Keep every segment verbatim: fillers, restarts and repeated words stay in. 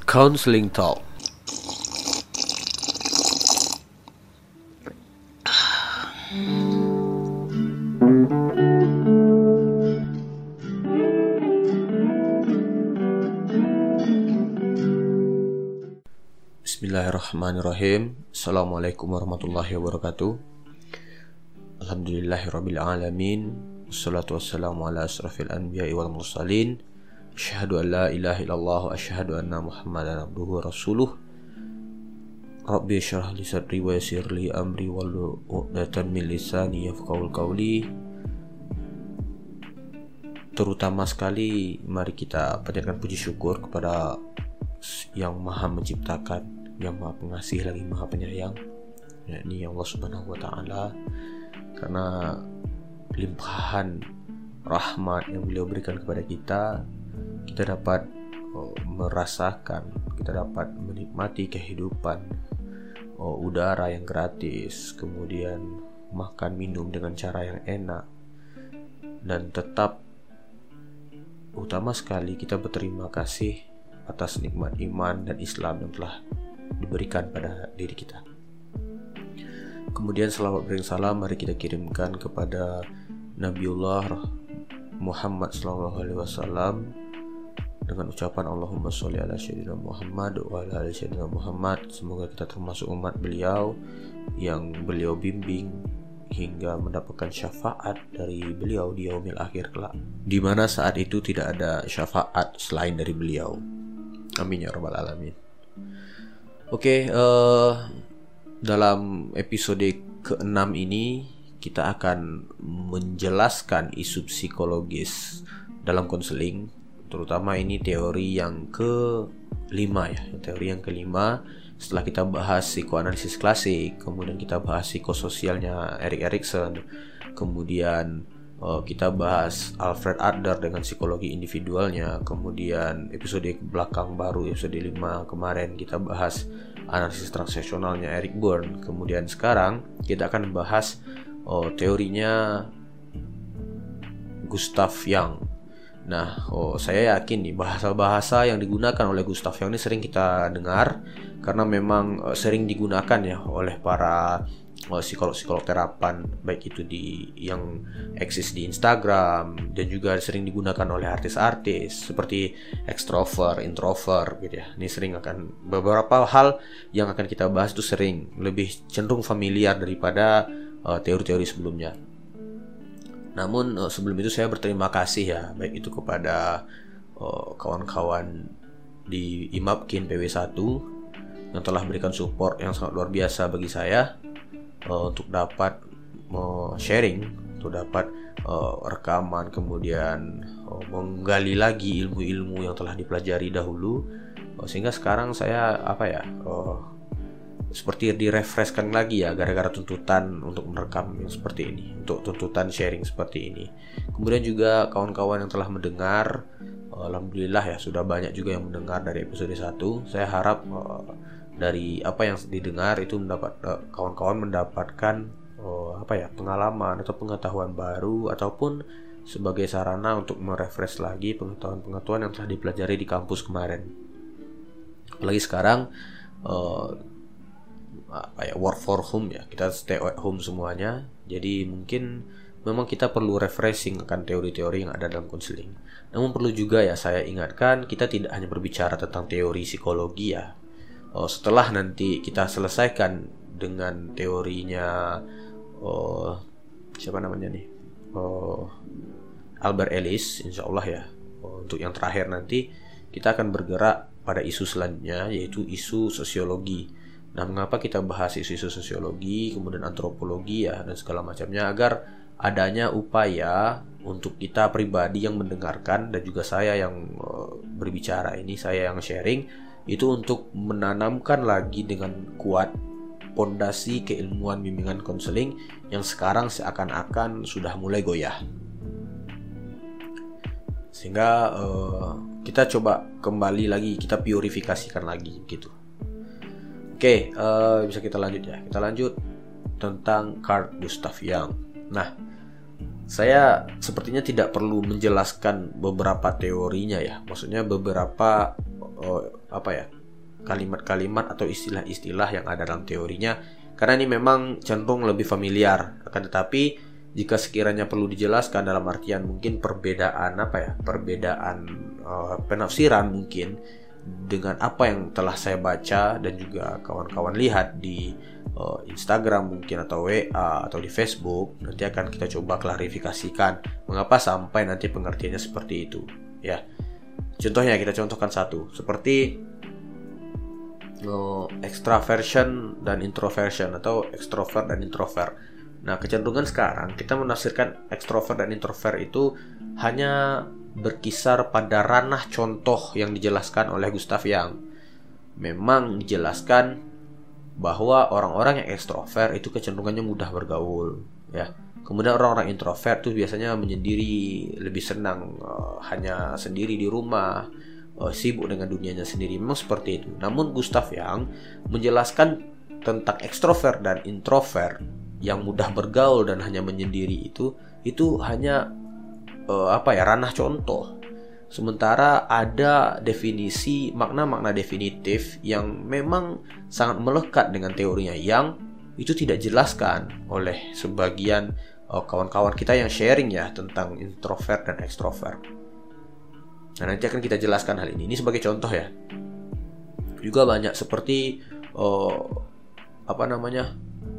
Counseling Talk. Bismillahirrahmanirrahim. Assalamualaikum warahmatullahi wabarakatuh. Alhamdulillahirabbil alamin. Wassalatu wassalamu ala asrafil anbiya'i wal mursalin. Asyhadu an la ilaha illallah wa asyhadu anna Muhammadan abduhu wa rasuluh. Rabbi syrah li sadri wa yassir li amri wahlul 'uqdatam min lisani yafqahul qawli. Terutama sekali mari kita panjatkan puji syukur kepada Yang Maha Menciptakan, Yang Maha Pengasih lagi Maha Penyayang, yakni Allah Subhanahu wa taala. Karena limpahan rahmat yang beliau berikan kepada kita, kita dapat oh, merasakan, kita dapat menikmati kehidupan, oh, udara yang gratis, kemudian makan minum dengan cara yang enak, dan tetap utama sekali kita berterima kasih atas nikmat iman dan Islam yang telah diberikan pada diri kita. Kemudian selawat bering salam mari kita kirimkan kepada Nabiullah Muhammad sallallahu alaihi wasallam dengan ucapan Allahumma sholli ala sayyidina Muhammad wa ala ali sayyidina Muhammad. Semoga kita termasuk umat beliau yang beliau bimbing hingga mendapatkan syafaat dari beliau di yaumil akhir kelak, di mana saat itu tidak ada syafaat selain dari beliau. Amin ya rabbal alamin. Oke, okay, uh, dalam episode keenam ini kita akan menjelaskan isu psikologis dalam konseling, terutama ini teori yang kelima ya, teori yang kelima. Setelah kita bahas psikoanalisis klasik, kemudian kita bahas psikososialnya Erik Erikson, kemudian uh, kita bahas Alfred Adler dengan psikologi individualnya, kemudian episode belakang baru episode lima kemarin kita bahas analisis transaksionalnya Eric Berne, kemudian sekarang kita akan bahas oh, teorinya Gustav Jung. Nah, oh, saya yakin nih bahasa-bahasa yang digunakan oleh Gustav Jung ini sering kita dengar karena memang uh, sering digunakan ya oleh para uh, psikolog-psikolog terapan, baik itu di yang eksis di Instagram dan juga sering digunakan oleh artis-artis seperti extrovert, introvert gitu ya. Ini sering akan beberapa hal yang akan kita bahas itu sering lebih cenderung familiar daripada uh, teori-teori sebelumnya. Namun uh, sebelum itu saya berterima kasih ya, baik itu kepada uh, kawan-kawan di IMAPKIN P W satu yang telah memberikan support yang sangat luar biasa bagi saya uh, untuk dapat uh, sharing, untuk dapat uh, rekaman, kemudian uh, menggali lagi ilmu-ilmu yang telah dipelajari dahulu, uh, sehingga sekarang saya apa ya uh, seperti direfreshkan lagi ya gara-gara tuntutan untuk merekam yang seperti ini, untuk tuntutan sharing seperti ini. Kemudian juga kawan-kawan yang telah mendengar, alhamdulillah ya sudah banyak juga yang mendengar dari episode satu. Saya harap uh, dari apa yang didengar itu mendapat uh, kawan-kawan mendapatkan uh, apa ya pengalaman atau pengetahuan baru, ataupun sebagai sarana untuk merefresh lagi pengetahuan-pengetahuan yang telah dipelajari di kampus kemarin. Apalagi sekarang uh, apa ya work for home ya, kita stay at home semuanya. Jadi mungkin memang kita perlu refreshing akan teori-teori yang ada dalam konseling. Namun perlu juga ya saya ingatkan, kita tidak hanya berbicara tentang teori psikologi ya. Oh, setelah nanti kita selesaikan dengan teorinya oh, siapa namanya nih oh, Albert Ellis, insya Allah ya. Oh, untuk yang terakhir nanti kita akan bergerak pada isu selanjutnya, yaitu isu sosiologi. Nah, mengapa kita bahas isu-isu sosiologi, kemudian antropologi ya, dan segala macamnya, agar adanya upaya untuk kita pribadi yang mendengarkan dan juga saya yang uh, berbicara ini, saya yang sharing, itu untuk menanamkan lagi dengan kuat pondasi keilmuan bimbingan konseling yang sekarang seakan-akan sudah mulai goyah. Sehingga uh, kita coba kembali lagi, kita purifikasikan lagi gitu. Oke, uh, bisa kita lanjut ya. Kita lanjut tentang Carl Gustav Jung. Nah, saya sepertinya tidak perlu menjelaskan beberapa teorinya ya. Maksudnya beberapa uh, apa ya kalimat-kalimat atau istilah-istilah yang ada dalam teorinya, karena ini memang cenderung lebih familiar. Akan tetapi jika sekiranya perlu dijelaskan dalam artian mungkin perbedaan apa ya, perbedaan uh, penafsiran mungkin dengan apa yang telah saya baca dan juga kawan-kawan lihat di uh, Instagram mungkin atau W A atau di Facebook, nanti akan kita coba klarifikasikan mengapa sampai nanti pengertiannya seperti itu ya. Contohnya kita contohkan satu, seperti uh, extraversion dan introversion atau extrovert dan introvert. Nah, kecenderungan sekarang kita menafsirkan extrovert dan introvert itu hanya berkisar pada ranah contoh yang dijelaskan oleh Gustav Jung. Memang dijelaskan bahwa orang-orang yang ekstrovert itu kecenderungannya mudah bergaul, ya. Kemudian orang-orang introvert itu biasanya menyendiri, lebih senang uh, hanya sendiri di rumah, uh, sibuk dengan dunianya sendiri. Memang seperti itu. Namun Gustav Jung menjelaskan tentang ekstrovert dan introvert yang mudah bergaul dan hanya menyendiri itu itu hanya uh, apa ya, ranah contoh. Sementara ada definisi makna-makna definitif yang memang sangat melekat dengan teorinya yang itu tidak dijelaskan oleh sebagian uh, kawan-kawan kita yang sharing ya tentang introvert dan extrovert. Nah, nanti akan kita jelaskan hal ini. Ini sebagai contoh ya. Juga banyak seperti uh, apa namanya?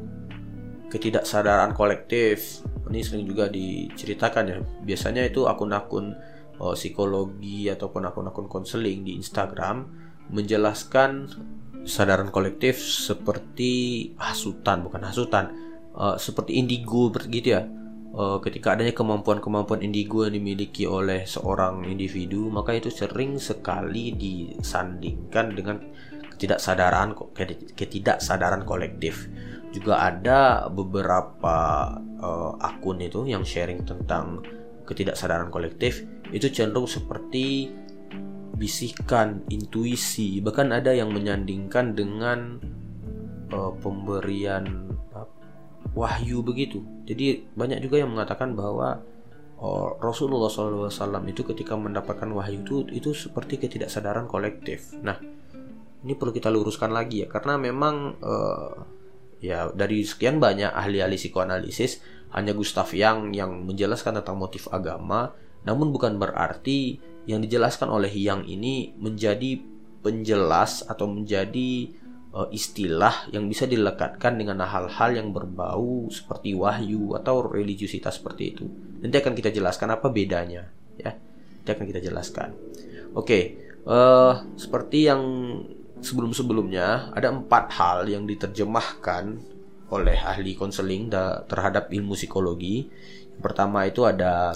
ketidaksadaran kolektif. Ini sering juga diceritakan ya. Biasanya itu akun-akun uh, psikologi ataupun akun-akun konseling di Instagram menjelaskan kesadaran kolektif seperti hasutan, bukan hasutan, uh, seperti indigo begitu ya. Uh, ketika adanya kemampuan-kemampuan indigo yang dimiliki oleh seorang individu, maka itu sering sekali disandingkan dengan ketidaksadaran ketidaksadaran kolektif. Juga ada beberapa uh, akun itu yang sharing tentang ketidaksadaran kolektif, itu cenderung seperti bisikan, intuisi, bahkan ada yang menyandingkan dengan uh, pemberian uh, wahyu begitu. Jadi banyak juga yang mengatakan bahwa uh, Rasulullah shallallahu alaihi wasallam itu ketika mendapatkan wahyu itu itu seperti ketidaksadaran kolektif. Nah, ini perlu kita luruskan lagi ya, karena memang uh, ya dari sekian banyak ahli-ahli psikoanalisis hanya Gustav Jung yang menjelaskan tentang motif agama, namun bukan berarti yang dijelaskan oleh Jung ini menjadi penjelas atau menjadi uh, istilah yang bisa dilekatkan dengan hal-hal yang berbau seperti wahyu atau religiusitas seperti itu. Nanti akan kita jelaskan apa bedanya ya. Nanti akan kita jelaskan. Oke, uh, seperti yang sebelum-sebelumnya ada empat hal yang diterjemahkan oleh ahli konseling terhadap ilmu psikologi. Yang pertama itu ada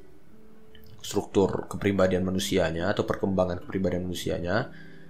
struktur kepribadian manusianya atau perkembangan kepribadian manusianya.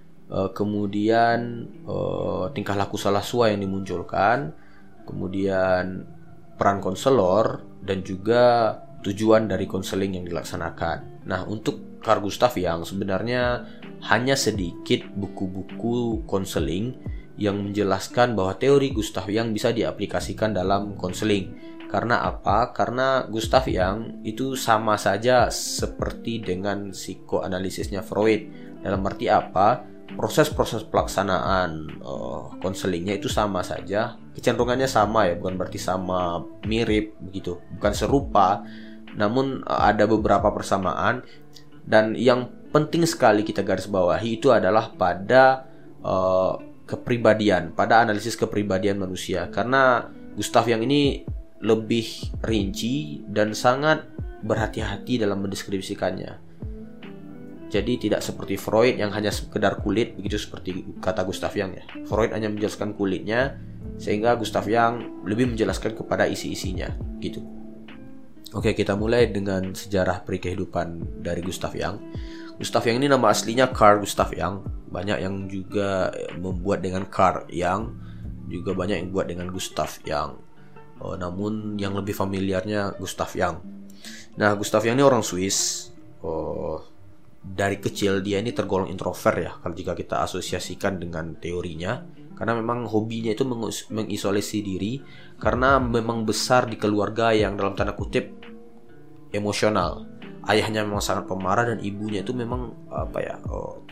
Kemudian tingkah laku salah sua yang dimunculkan. Kemudian peran konselor dan juga tujuan dari konseling yang dilaksanakan. Nah, untuk Carl Gustav Jung sebenarnya hanya sedikit buku-buku konseling yang menjelaskan bahwa teori Gustav Jung bisa diaplikasikan dalam konseling. Karena apa? Karena Gustav Jung itu sama saja seperti dengan psikoanalisisnya Freud. Dalam arti apa? Proses-proses pelaksanaan uh, konselingnya itu sama saja. Kecenderungannya sama ya, bukan berarti sama mirip begitu, bukan serupa, namun uh, ada beberapa persamaan. Dan yang penting sekali kita garis bawahi itu adalah pada uh, kepribadian, pada analisis kepribadian manusia. Karena Gustav Jung ini lebih rinci dan sangat berhati-hati dalam mendeskripsikannya. Jadi tidak seperti Freud yang hanya sekedar kulit, begitu seperti kata Gustav Jung ya. Freud hanya menjelaskan kulitnya, sehingga Gustav Jung lebih menjelaskan kepada isi-isinya gitu. Oke, kita mulai dengan sejarah perikehidupan dari Gustav Jung. Gustav Jung ini nama aslinya Carl Gustav Jung. Banyak yang juga membuat dengan Carl Jung, juga banyak yang buat dengan Gustav Jung. Oh, namun yang lebih familiarnya Gustav Jung. Nah, Gustav Jung ini orang Swiss. Oh, dari kecil dia ini tergolong introvert ya, kalau jika kita asosiasikan dengan teorinya. Karena memang hobinya itu mengisolasi diri, karena memang besar di keluarga yang dalam tanda kutip emosional. Ayahnya memang sangat pemarah dan ibunya itu memang apa ya, oh,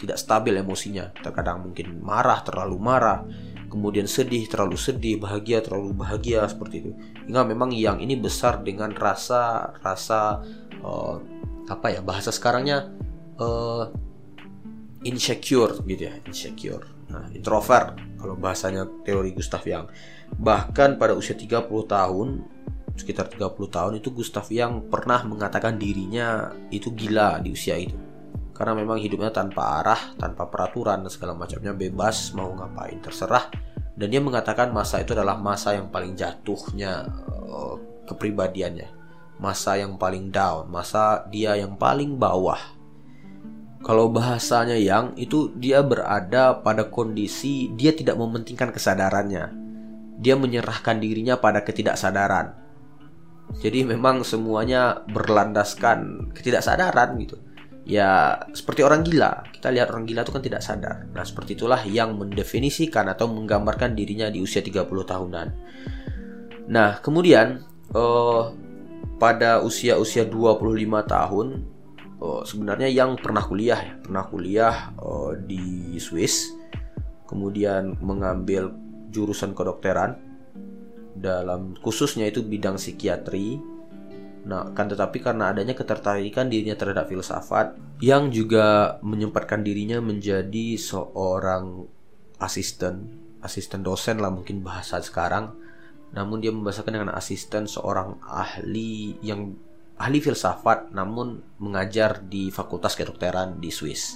tidak stabil emosinya. Terkadang mungkin marah, terlalu marah, kemudian sedih, terlalu sedih, bahagia, terlalu bahagia, seperti itu. Hingga memang yang ini besar dengan rasa rasa uh, apa ya bahasa sekarangnya uh, insecure gitu ya, insecure. Nah, introvert kalau bahasanya teori Gustav Jung. Bahkan pada usia tiga puluh tahun, sekitar tiga puluh tahun itu Gustav Jung pernah mengatakan dirinya itu gila di usia itu. Karena memang hidupnya tanpa arah, tanpa peraturan dan segala macamnya, bebas mau ngapain terserah. Dan dia mengatakan masa itu adalah masa yang paling jatuhnya uh, kepribadiannya, masa yang paling down, masa dia yang paling bawah. Kalau bahasanya Yang itu dia berada pada kondisi dia tidak mementingkan kesadarannya. Dia menyerahkan dirinya pada ketidaksadaran. Jadi memang semuanya berlandaskan ketidaksadaran gitu. Ya seperti orang gila. Kita lihat orang gila itu kan tidak sadar. Nah seperti itulah yang mendefinisikan atau menggambarkan dirinya di usia tiga puluh tahunan. Nah kemudian uh, pada usia-usia dua puluh lima tahun uh, sebenarnya yang pernah kuliah ya, Pernah kuliah uh, di Swiss. Kemudian mengambil jurusan kedokteran, dalam khususnya itu bidang psikiatri. Nah, kan tetapi karena adanya ketertarikan dirinya terhadap filsafat, yang juga menyempatkan dirinya menjadi seorang asisten, asisten dosen lah mungkin bahasa sekarang. Namun dia membahasakan dengan asisten seorang ahli yang ahli filsafat, namun mengajar di Fakultas Kedokteran di Swiss.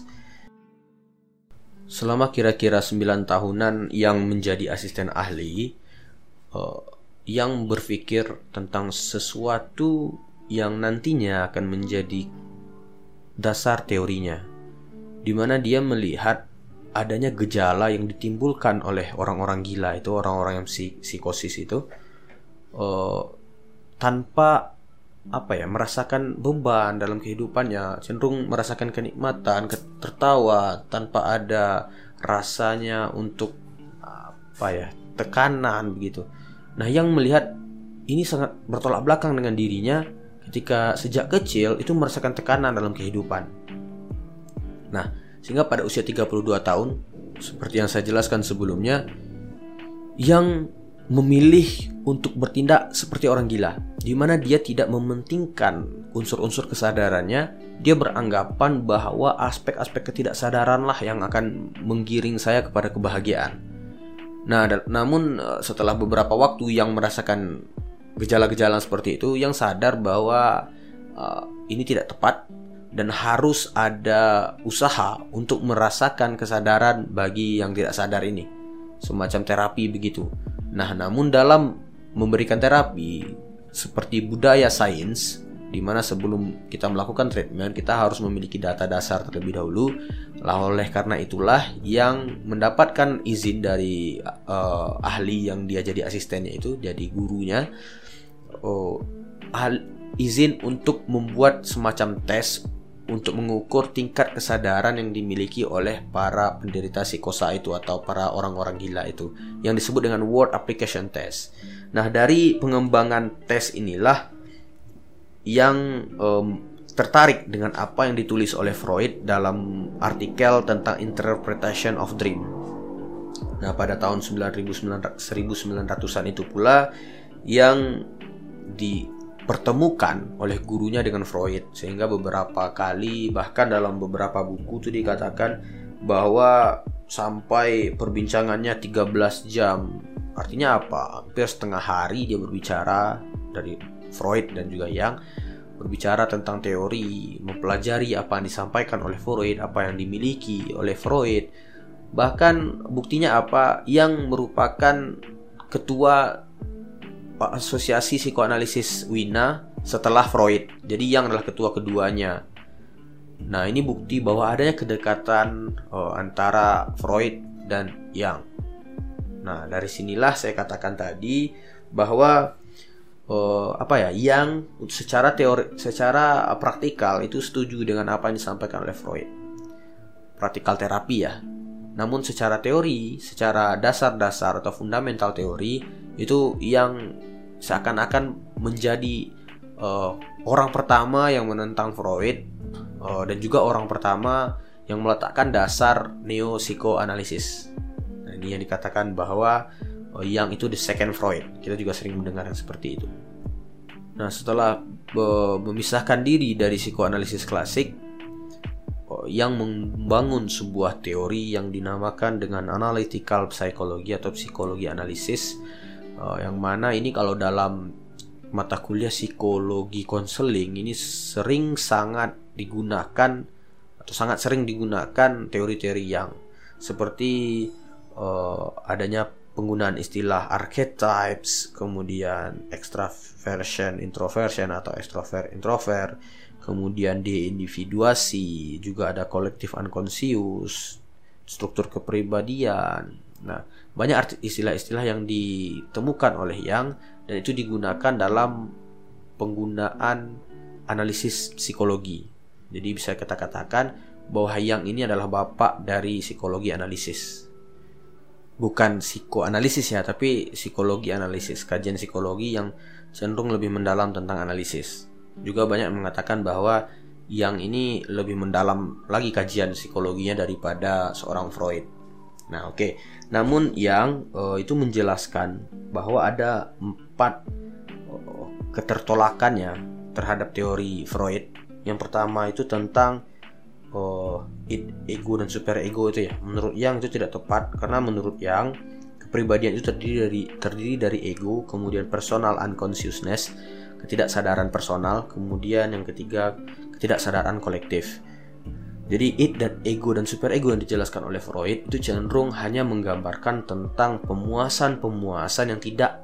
Selama kira-kira sembilan tahunan yang menjadi asisten ahli, uh, yang berpikir tentang sesuatu yang nantinya akan menjadi dasar teorinya, di mana dia melihat adanya gejala yang ditimbulkan oleh orang-orang gila itu, orang-orang yang psikosis itu, uh, tanpa apa ya merasakan beban dalam kehidupannya, cenderung merasakan kenikmatan, tertawa tanpa ada rasanya untuk apa ya tekanan begitu. Nah, yang melihat ini sangat bertolak belakang dengan dirinya ketika sejak kecil itu merasakan tekanan dalam kehidupan. Nah, sehingga pada usia tiga puluh dua tahun, seperti yang saya jelaskan sebelumnya, yang memilih untuk bertindak seperti orang gila, di mana dia tidak mementingkan unsur-unsur kesadarannya. Dia beranggapan bahwa aspek-aspek ketidaksadaran lah yang akan menggiring saya kepada kebahagiaan. Nah, namun setelah beberapa waktu yang merasakan gejala-gejala seperti itu, yang sadar bahwa uh, ini tidak tepat dan harus ada usaha untuk merasakan kesadaran bagi yang tidak sadar ini, semacam terapi begitu. Nah, namun dalam memberikan terapi seperti budaya sains, di mana sebelum kita melakukan treatment kita harus memiliki data dasar terlebih dahulu. Lah oleh karena itulah yang mendapatkan izin dari uh, ahli yang dia jadi asistennya itu, jadi gurunya, uh, ahli, izin untuk membuat semacam tes untuk mengukur tingkat kesadaran yang dimiliki oleh para penderita psikosa itu atau para orang-orang gila itu, yang disebut dengan Word Application Test. Nah, dari pengembangan tes inilah yang um, tertarik dengan apa yang ditulis oleh Freud dalam artikel tentang Interpretation of Dream. Nah, pada tahun seribu sembilan ratusan itu pula yang dipertemukan oleh gurunya dengan Freud, sehingga beberapa kali bahkan dalam beberapa buku itu dikatakan bahwa sampai perbincangannya tiga belas jam. Artinya apa? Hampir setengah hari dia berbicara, dari Freud dan juga Jung, berbicara tentang teori, mempelajari apa yang disampaikan oleh Freud, apa yang dimiliki oleh Freud. Bahkan buktinya apa? Yang merupakan ketua Asosiasi Psikoanalisis Wina setelah Freud. Jadi Jung adalah ketua keduanya. Nah, ini bukti bahwa adanya kedekatan oh, antara Freud dan Jung. Nah, dari sinilah saya katakan tadi bahwa Uh, apa ya, yang secara teori, secara praktikal itu setuju dengan apa yang disampaikan oleh Freud, praktikal terapi ya. Namun secara teori, secara dasar-dasar atau fundamental teori itu yang seakan-akan menjadi uh, orang pertama yang menentang Freud, uh, dan juga orang pertama yang meletakkan dasar neo-psikoanalisis. Nah, ini yang dikatakan bahwa oh, yang itu the second Freud. Kita juga sering mendengar yang seperti itu. Nah, setelah uh, memisahkan diri dari psikoanalisis klasik, uh, yang membangun sebuah teori yang dinamakan dengan analytical psychology atau psikologi analisis, uh, yang mana ini kalau dalam mata kuliah psikologi konseling ini sering sangat digunakan atau sangat sering digunakan teori-teori yang seperti uh, adanya penggunaan istilah archetypes, kemudian extraversion, introversion atau extrovert, introvert, kemudian deindividuasi, juga ada collective unconscious, struktur kepribadian. Nah, banyak arti istilah-istilah yang ditemukan oleh Jung dan itu digunakan dalam penggunaan analisis psikologi. Jadi bisa kita katakan bahwa Jung ini adalah bapak dari psikologi analisis. Bukan psikoanalisis ya, tapi psikologi analisis, kajian psikologi yang cenderung lebih mendalam tentang analisis. Juga banyak mengatakan bahwa Jung ini lebih mendalam lagi kajian psikologinya daripada seorang Freud. Nah, oke. Okay. Namun Jung uh, itu menjelaskan bahwa ada empat uh, ketertolakannya terhadap teori Freud. Yang pertama itu tentang Oh, ego dan superego itu ya. Menurut Jung itu tidak tepat karena menurut Jung kepribadian itu terdiri dari terdiri dari ego, kemudian personal unconsciousness, ketidaksadaran personal, kemudian yang ketiga ketidaksadaran kolektif. Jadi id dan ego dan superego yang dijelaskan oleh Freud itu cenderung hanya menggambarkan tentang pemuasan-pemuasan yang tidak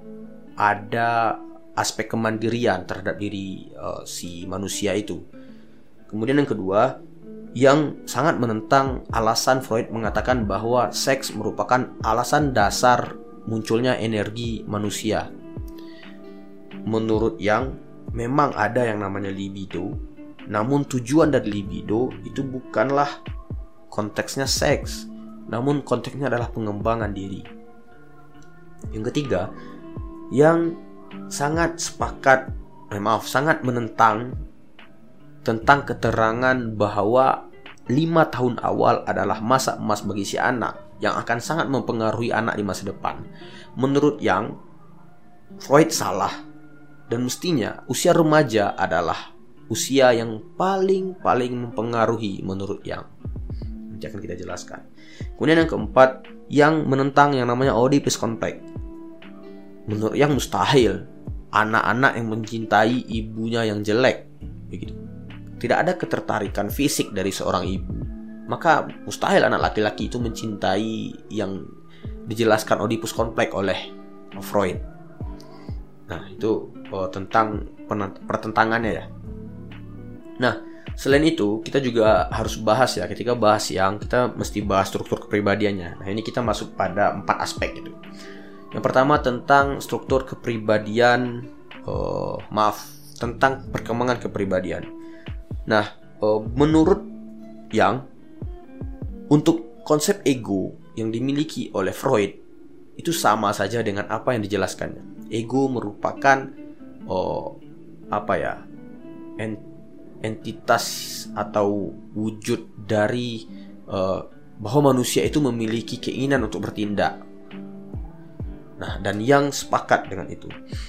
ada aspek kemandirian terhadap diri uh, si manusia itu. Kemudian yang kedua, yang sangat menentang alasan Freud mengatakan bahwa seks merupakan alasan dasar munculnya energi manusia. Menurut Jung, memang ada yang namanya libido, namun tujuan dari libido itu bukanlah konteksnya seks, namun konteksnya adalah pengembangan diri. Yang ketiga, yang sangat sepakat, eh, maaf, sangat menentang tentang keterangan bahwa lima tahun awal adalah masa emas bagi si anak yang akan sangat mempengaruhi anak di masa depan. Menurut Jung, Freud salah dan mestinya usia remaja adalah usia yang paling-paling mempengaruhi menurut Jung. Nanti akan kita jelaskan. Kemudian yang keempat, yang menentang yang namanya Oedipus complex. Menurut Jung mustahil anak-anak yang mencintai ibunya yang jelek, begitu. Tidak ada ketertarikan fisik dari seorang ibu, maka mustahil anak laki-laki itu mencintai yang dijelaskan Oedipus complex oleh Freud. Nah, itu oh, tentang pertentangannya ya. Nah, selain itu kita juga harus bahas ya, ketika bahas Jung kita mesti bahas struktur kepribadiannya. Nah, ini kita masuk pada empat aspek itu. Yang pertama tentang struktur kepribadian, oh, maaf, tentang perkembangan kepribadian. Nah, menurut Jung, untuk konsep ego yang dimiliki oleh Freud itu sama saja dengan apa yang dijelaskannya. Ego merupakan oh, apa ya, entitas atau wujud dari uh, bahwa manusia itu memiliki keinginan untuk bertindak. Nah, dan Jung sepakat dengan itu.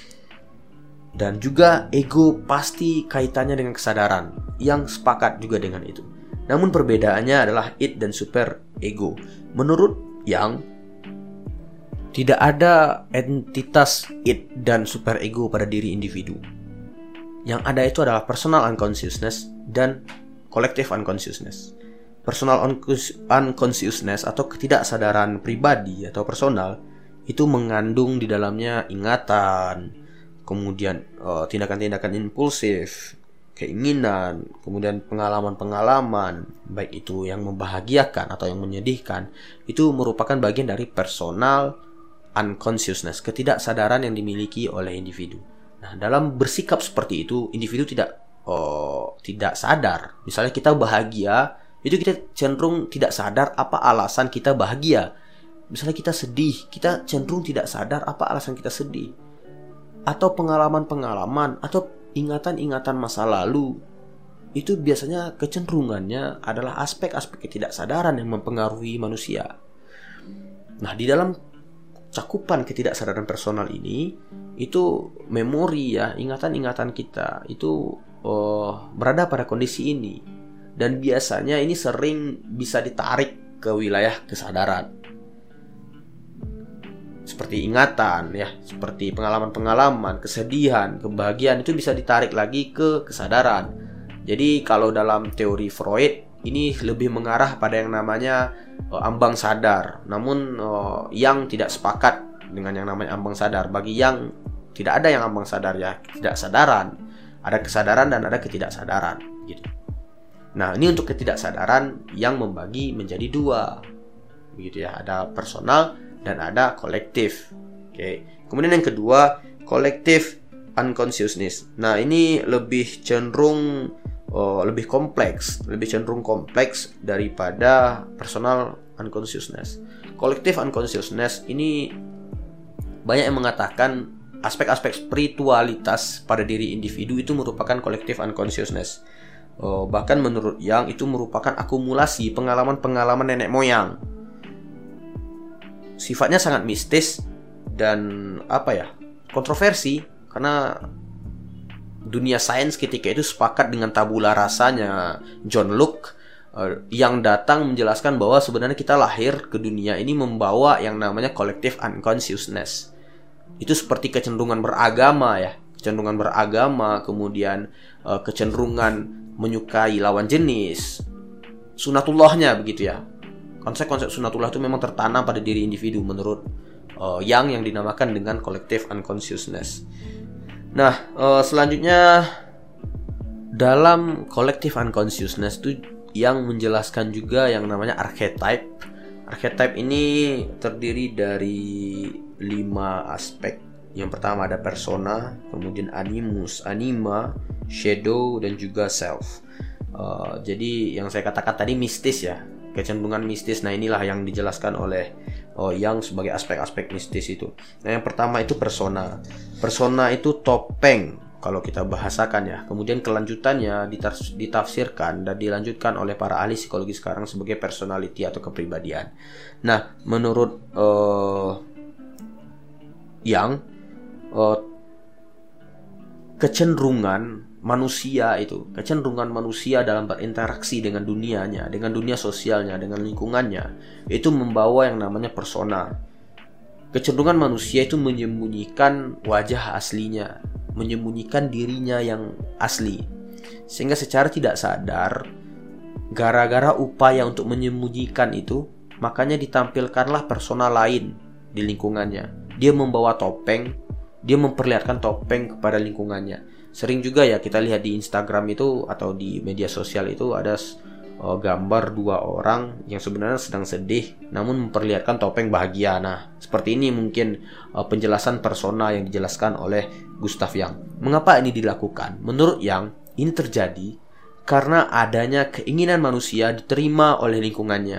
Dan juga ego pasti kaitannya dengan kesadaran. Yang sepakat juga dengan itu. Namun perbedaannya adalah id dan super ego. Menurut Jung, tidak ada entitas id dan super ego pada diri individu. Yang ada itu adalah personal unconsciousness dan collective unconsciousness. Personal unconsciousness atau ketidaksadaran pribadi atau personal itu mengandung di dalamnya ingatan, kemudian uh, tindakan-tindakan impulsif, keinginan, kemudian pengalaman-pengalaman, baik itu yang membahagiakan atau yang menyedihkan, itu merupakan bagian dari personal unconsciousness, ketidaksadaran yang dimiliki oleh individu. Nah, dalam bersikap seperti itu, individu tidak oh, tidak sadar. Misalnya kita bahagia, itu kita cenderung tidak sadar apa alasan kita bahagia. Misalnya kita sedih, kita cenderung tidak sadar apa alasan kita sedih. Atau pengalaman-pengalaman atau ingatan-ingatan masa lalu itu biasanya kecenderungannya adalah aspek-aspek ketidaksadaran yang mempengaruhi manusia. Nah, di dalam cakupan ketidaksadaran personal ini, itu memori ya, ingatan-ingatan kita itu oh, berada pada kondisi ini. Dan biasanya ini sering bisa ditarik ke wilayah kesadaran. Seperti ingatan ya, seperti pengalaman-pengalaman, kesedihan, kebahagiaan, itu bisa ditarik lagi ke kesadaran. Jadi kalau dalam teori Freud ini lebih mengarah pada yang namanya uh, ambang sadar. Namun uh, yang tidak sepakat dengan yang namanya ambang sadar. Bagi yang tidak ada yang ambang sadar ya, tidak sadaran. Ada kesadaran dan ada ketidaksadaran gitu. Nah, ini untuk ketidaksadaran yang membagi menjadi dua. Begitu ya, ada personal dan ada kolektif. Oke. Kemudian yang kedua, collective unconsciousness. Nah, ini lebih cenderung Oh, lebih kompleks, lebih cenderung kompleks daripada personal unconsciousness. Collective unconsciousness ini banyak yang mengatakan aspek-aspek spiritualitas pada diri individu itu merupakan collective unconsciousness. Oh, bahkan menurut Yang itu merupakan akumulasi pengalaman-pengalaman nenek moyang. Sifatnya sangat mistis dan apa ya, kontroversi karena dunia sains ketika itu sepakat dengan tabula rasanya John Locke uh, yang datang menjelaskan bahwa sebenarnya kita lahir ke dunia ini membawa yang namanya collective unconsciousness. Itu seperti kecenderungan beragama ya, kecenderungan beragama, kemudian uh, kecenderungan menyukai lawan jenis, sunatullahnya begitu ya. Konsep-konsep sunatullah itu memang tertanam pada diri individu menurut uh, Yang yang dinamakan dengan collective unconsciousness. Nah, uh, selanjutnya dalam collective unconsciousness itu Yang menjelaskan juga yang namanya archetype. Archetype ini terdiri dari lima aspek. Yang pertama ada persona, kemudian animus, anima, shadow, dan juga self. Uh, jadi yang saya katakan tadi mistis ya, kecenderungan mistis. Nah, inilah yang dijelaskan oleh oh, Yang sebagai aspek-aspek mistis itu. Nah, yang pertama itu persona. Persona itu topeng kalau kita bahasakan ya. Kemudian kelanjutannya ditafsirkan dan dilanjutkan oleh para ahli psikologi sekarang sebagai personality atau kepribadian. Nah, menurut uh, Yang uh, kecenderungan manusia itu, kecenderungan manusia dalam berinteraksi dengan dunianya, dengan dunia sosialnya, dengan lingkungannya, itu membawa yang namanya persona. Kecenderungan manusia itu menyembunyikan wajah aslinya, menyembunyikan dirinya yang asli. Sehingga secara tidak sadar, gara-gara upaya untuk menyembunyikan itu, makanya ditampilkanlah persona lain di lingkungannya. Dia membawa topeng, dia memperlihatkan topeng kepada lingkungannya. Sering juga ya kita lihat di Instagram itu atau di media sosial itu ada uh, gambar dua orang yang sebenarnya sedang sedih namun memperlihatkan topeng bahagia. Nah, seperti ini mungkin uh, penjelasan persona yang dijelaskan oleh Gustav Jung. Mengapa ini dilakukan? Menurut Jung, ini terjadi karena adanya keinginan manusia diterima oleh lingkungannya.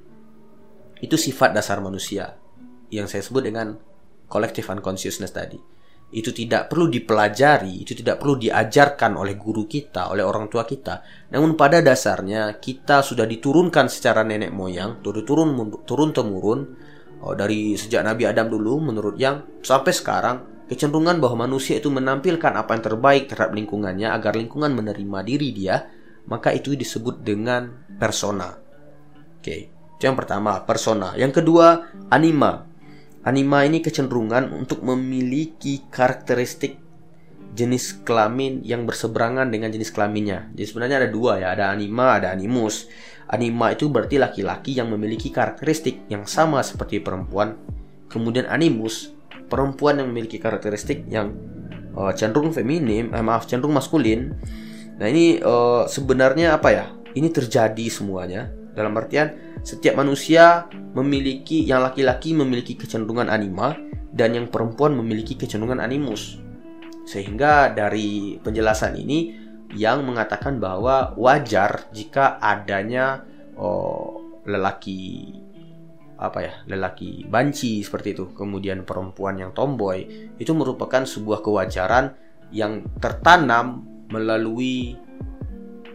Itu sifat dasar manusia yang saya sebut dengan collective unconsciousness tadi. Itu tidak perlu dipelajari, itu tidak perlu diajarkan oleh guru kita, oleh orang tua kita. Namun pada dasarnya kita sudah diturunkan secara nenek moyang, turun turun temurun oh, dari sejak Nabi Adam dulu menurut Yang sampai sekarang, kecenderungan bahwa manusia itu menampilkan apa yang terbaik terhadap lingkungannya agar lingkungan menerima diri dia, maka itu disebut dengan persona. Oke, itu yang pertama, persona. Yang kedua, anima. Anima ini kecenderungan untuk memiliki karakteristik jenis kelamin yang berseberangan dengan jenis kelaminnya. Jadi sebenarnya ada dua ya, ada anima, ada animus. Anima itu berarti laki-laki yang memiliki karakteristik yang sama seperti perempuan. Kemudian animus, perempuan yang memiliki karakteristik yang uh, cenderung feminim, eh, maaf cenderung maskulin. Nah ini uh, sebenarnya apa ya? Ini terjadi semuanya dalam artian setiap manusia memiliki, yang laki-laki memiliki kecenderungan anima dan yang perempuan memiliki kecenderungan animus. Sehingga dari penjelasan ini Yang mengatakan bahwa wajar jika adanya oh, lelaki apa ya, lelaki banci seperti itu, kemudian perempuan yang tomboy, itu merupakan sebuah kewajaran yang tertanam melalui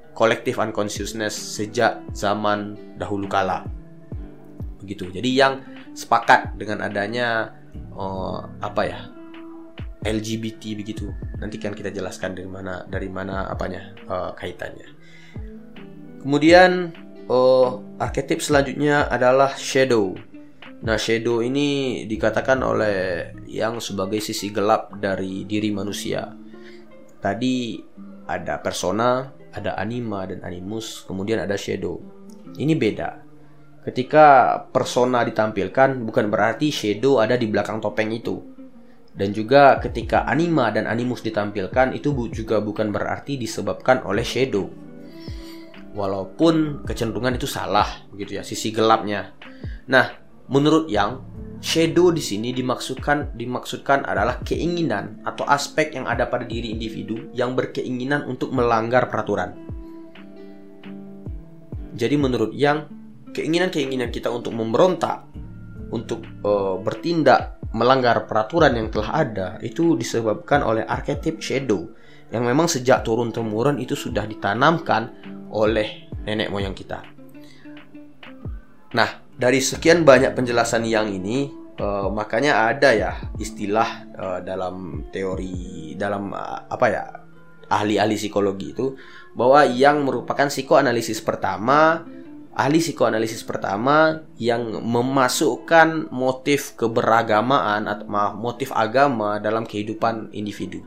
collective unconsciousness sejak zaman dahulu kala. Begitu. Jadi yang sepakat dengan adanya uh, apa ya? L G B T begitu. Nanti kan kita jelaskan dari mana dari mana apanya uh, kaitannya. Kemudian uh, arketip selanjutnya adalah shadow. Nah, shadow ini dikatakan oleh yang sebagai sisi gelap dari diri manusia. Tadi ada persona, ada anima dan animus, kemudian ada shadow. Ini beda. Ketika persona ditampilkan, bukan berarti shadow ada di belakang topeng itu. Dan juga ketika anima dan animus ditampilkan, itu juga bukan berarti disebabkan oleh shadow. Walaupun kecenderungan itu salah, begitu ya, sisi gelapnya. Nah, menurut Yang, shadow di sini dimaksudkan dimaksudkan adalah keinginan atau aspek yang ada pada diri individu yang berkeinginan untuk melanggar peraturan. Jadi menurut Yang, keinginan-keinginan kita untuk memberontak, untuk uh, bertindak melanggar peraturan yang telah ada, itu disebabkan oleh arketip shadow yang memang sejak turun-temurun itu sudah ditanamkan oleh nenek moyang kita. Nah, dari sekian banyak penjelasan yang ini, uh, makanya ada ya istilah uh, dalam teori, dalam uh, apa ya, ahli-ahli psikologi itu, bahwa yang merupakan psikoanalisis pertama, ahli psikoanalisis pertama yang memasukkan motif keberagamaan atau motif agama dalam kehidupan individu.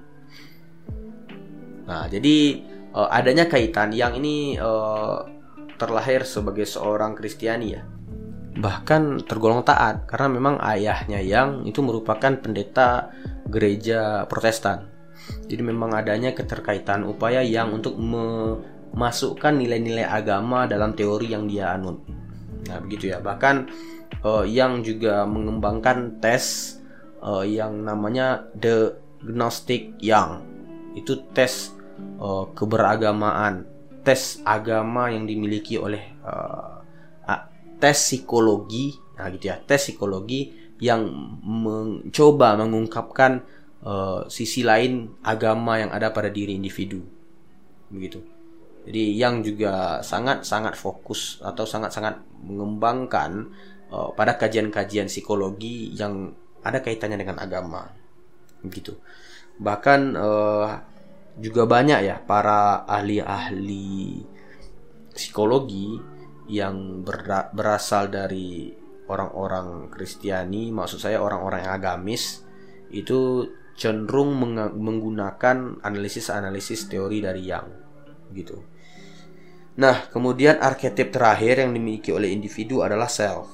Nah, jadi uh, adanya kaitan yang ini uh, terlahir sebagai seorang Kristiani ya. Bahkan tergolong taat karena memang ayahnya Yang itu merupakan pendeta gereja Protestan. Jadi memang adanya keterkaitan upaya Yang untuk memasukkan nilai-nilai agama dalam teori yang dia anut. Nah, begitu ya. Bahkan uh, Yang juga mengembangkan tes uh, yang namanya The Gnostic Yang. Itu tes uh, keberagamaan, tes agama yang dimiliki oleh uh, tes psikologi, nah gitu ya, tes psikologi yang mencoba mengungkapkan uh, sisi lain agama yang ada pada diri individu, begitu. Jadi Yang juga sangat-sangat fokus atau sangat-sangat mengembangkan uh, pada kajian-kajian psikologi yang ada kaitannya dengan agama, begitu. Bahkan uh, juga banyak ya para ahli-ahli psikologi yang ber- berasal dari orang-orang Kristiani, maksud saya orang-orang yang agamis, itu cenderung meng- menggunakan analisis-analisis teori dari Yang, gitu. Nah, kemudian arketip terakhir yang dimiliki oleh individu adalah self.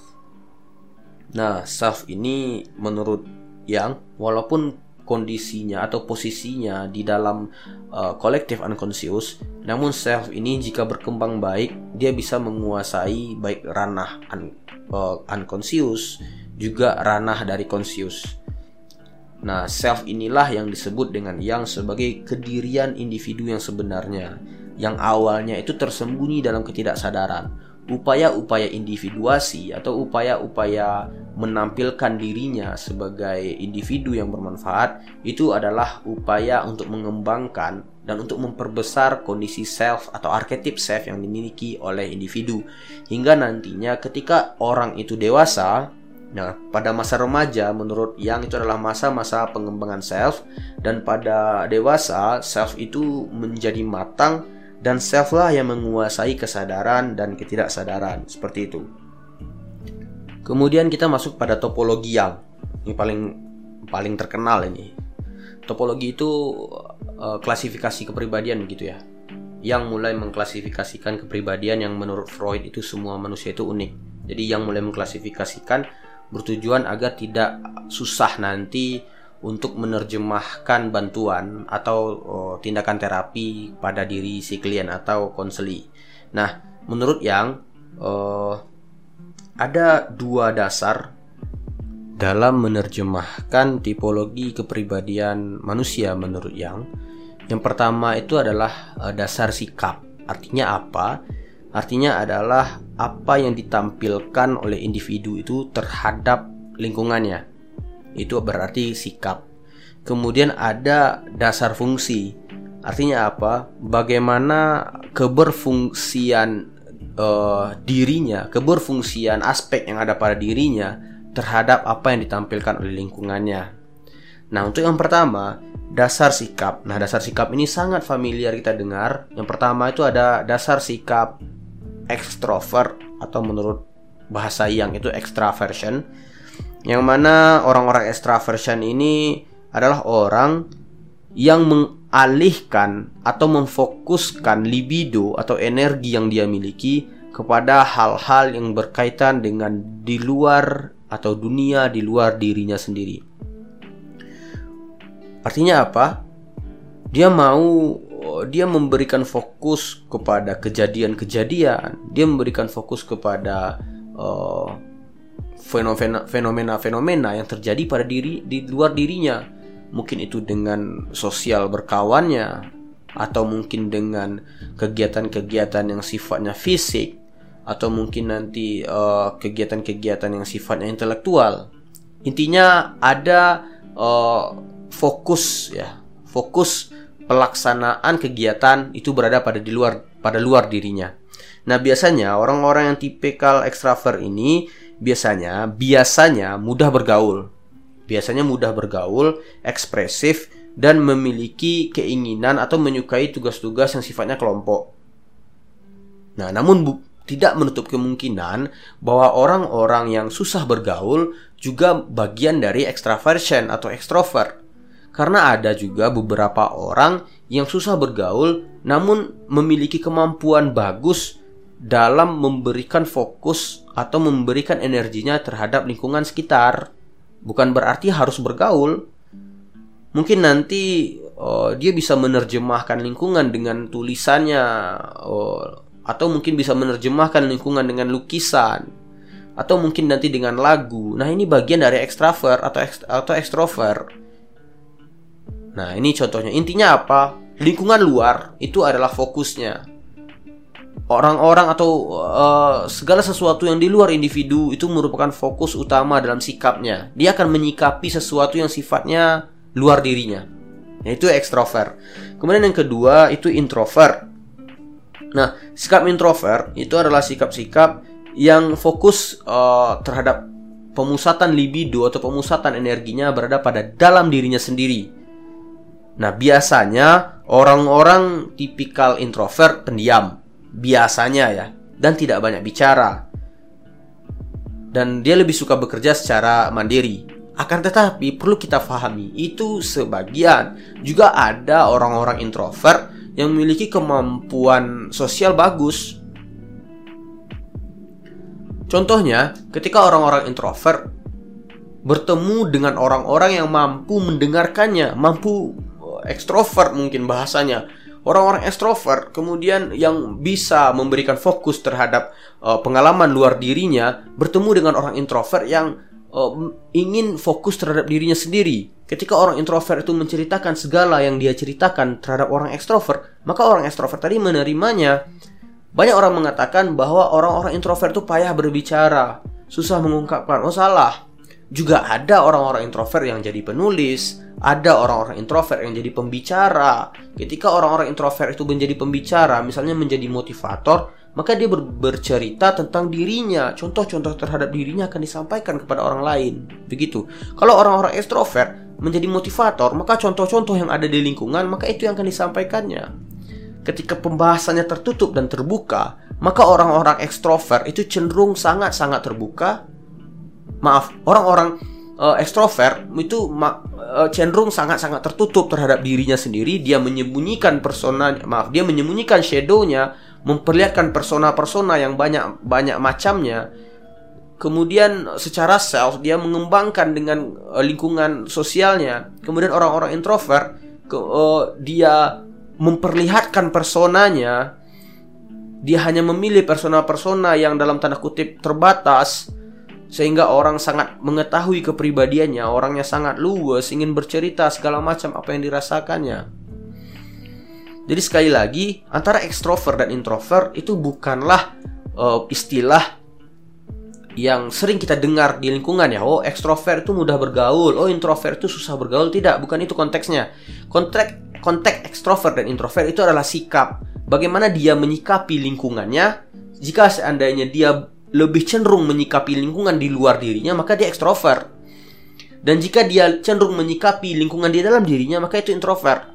Nah, self ini menurut Yang, walaupun kondisinya atau posisinya di dalam uh, collective unconscious, namun self ini jika berkembang baik, dia bisa menguasai baik ranah un, uh, unconscious juga ranah dari conscious. Nah, self inilah yang disebut dengan Yang sebagai kedirian individu yang sebenarnya, yang awalnya itu tersembunyi dalam ketidaksadaran. Upaya-upaya individuasi atau upaya-upaya menampilkan dirinya sebagai individu yang bermanfaat itu adalah upaya untuk mengembangkan dan untuk memperbesar kondisi self atau arketip self yang dimiliki oleh individu, hingga nantinya ketika orang itu dewasa. Nah, pada masa remaja menurut Yang itu adalah masa-masa pengembangan self, dan pada dewasa self itu menjadi matang dan self lah yang menguasai kesadaran dan ketidaksadaran, seperti itu. Kemudian kita masuk pada topologi Yang. Ini paling paling terkenal ini. Topologi itu uh, klasifikasi kepribadian begitu ya. Yang mulai mengklasifikasikan kepribadian yang menurut Freud itu semua manusia itu unik. Jadi Yang mulai mengklasifikasikan bertujuan agar tidak susah nanti untuk menerjemahkan bantuan atau oh, tindakan terapi pada diri si klien atau konseli. Nah, menurut Yang oh, ada dua dasar dalam menerjemahkan tipologi kepribadian manusia menurut Yang. Yang pertama itu adalah uh, dasar sikap. Artinya apa? Artinya adalah apa yang ditampilkan oleh individu itu terhadap lingkungannya. Itu berarti sikap. Kemudian ada dasar fungsi. Artinya apa? Bagaimana keberfungsian uh, dirinya, keberfungsian aspek yang ada pada dirinya terhadap apa yang ditampilkan oleh lingkungannya. Nah, untuk yang pertama, dasar sikap. Nah, dasar sikap ini sangat familiar kita dengar. Yang pertama itu ada dasar sikap ekstrovert, atau menurut bahasa yang itu extraversion. Yang mana orang-orang extraversion ini adalah orang yang mengalihkan atau memfokuskan libido atau energi yang dia miliki kepada hal-hal yang berkaitan dengan di luar atau dunia di luar dirinya sendiri. Artinya apa? Dia mau dia memberikan fokus kepada kejadian-kejadian, dia memberikan fokus kepada uh, fenomena-fenomena yang terjadi pada diri di luar dirinya. Mungkin itu dengan sosial berkawannya, atau mungkin dengan kegiatan-kegiatan yang sifatnya fisik, atau mungkin nanti uh, kegiatan-kegiatan yang sifatnya intelektual. Intinya ada uh, fokus ya, fokus pelaksanaan kegiatan itu berada pada di luar pada luar dirinya. Nah, biasanya orang-orang yang tipikal ekstrovert ini biasanya biasanya mudah bergaul. Biasanya mudah bergaul, ekspresif, dan memiliki keinginan atau menyukai tugas-tugas yang sifatnya kelompok. Nah, namun bu, tidak menutup kemungkinan bahwa orang-orang yang susah bergaul juga bagian dari extraversion atau extrovert. Karena ada juga beberapa orang yang susah bergaul namun memiliki kemampuan bagus dalam memberikan fokus atau memberikan energinya terhadap lingkungan sekitar. Bukan berarti harus bergaul. Mungkin nanti oh, dia bisa menerjemahkan lingkungan dengan tulisannya, oh, atau mungkin bisa menerjemahkan lingkungan dengan lukisan, atau mungkin nanti dengan lagu. Nah, ini bagian dari extrovert atau atau extrovert. Nah, ini contohnya. Intinya apa? Lingkungan luar itu adalah fokusnya. Orang-orang atau uh, segala sesuatu yang di luar individu itu merupakan fokus utama dalam sikapnya. Dia akan menyikapi sesuatu yang sifatnya luar dirinya. Yaitu extrovert. Kemudian yang kedua itu introvert. Nah, sikap introvert itu adalah sikap-sikap yang fokus uh, terhadap pemusatan libido atau pemusatan energinya berada pada dalam dirinya sendiri. Nah, biasanya orang-orang tipikal introvert pendiam, biasanya ya, dan tidak banyak bicara. Dan dia lebih suka bekerja secara mandiri. Akan tetapi perlu kita pahami, itu sebagian. Juga ada orang-orang introvert yang memiliki kemampuan sosial bagus. Contohnya, ketika orang-orang introvert bertemu dengan orang-orang yang mampu mendengarkannya, mampu ekstrovert mungkin bahasanya. Orang-orang ekstrovert kemudian yang bisa memberikan fokus terhadap uh, pengalaman luar dirinya bertemu dengan orang introvert yang uh, ingin fokus terhadap dirinya sendiri. Ketika orang introvert itu menceritakan segala yang dia ceritakan terhadap orang ekstrovert, maka orang ekstrovert tadi menerimanya. Banyak orang mengatakan bahwa orang-orang introvert itu payah berbicara, susah mengungkapkan. Oh, salah. Juga ada orang-orang introvert yang jadi penulis, ada orang-orang introvert yang jadi pembicara. Ketika orang-orang introvert itu menjadi pembicara, misalnya menjadi motivator, maka dia ber- bercerita tentang dirinya. Contoh-contoh terhadap dirinya akan disampaikan kepada orang lain. Begitu. Kalau orang-orang extrovert menjadi motivator, maka contoh-contoh yang ada di lingkungan, maka itu yang akan disampaikannya. Ketika pembahasannya tertutup dan terbuka, maka orang-orang ekstrovert itu cenderung sangat-sangat terbuka. Maaf, orang-orang uh, ekstrovert itu ma- uh, cenderung sangat-sangat tertutup terhadap dirinya sendiri. Dia menyembunyikan persona, maaf, dia menyembunyikan shadow-nya, memperlihatkan persona-persona yang banyak-banyak macamnya. Kemudian secara self dia mengembangkan dengan uh, lingkungan sosialnya. Kemudian orang-orang introvert ke, uh, dia memperlihatkan personanya. Dia hanya memilih persona-persona yang dalam tanda kutip terbatas, sehingga orang sangat mengetahui kepribadiannya. Orangnya sangat luwes, ingin bercerita segala macam apa yang dirasakannya. Jadi sekali lagi, antara ekstrovert dan introvert itu bukanlah uh, istilah yang sering kita dengar di lingkungan ya. Oh, ekstrovert itu mudah bergaul, oh introvert itu susah bergaul. Tidak, bukan itu konteksnya. Konteks konteks ekstrovert dan introvert itu adalah sikap. Bagaimana dia menyikapi lingkungannya. Jika seandainya dia lebih cenderung menyikapi lingkungan di luar dirinya, maka dia ekstrovert. Dan jika dia cenderung menyikapi lingkungan di dalam dirinya, maka itu introvert.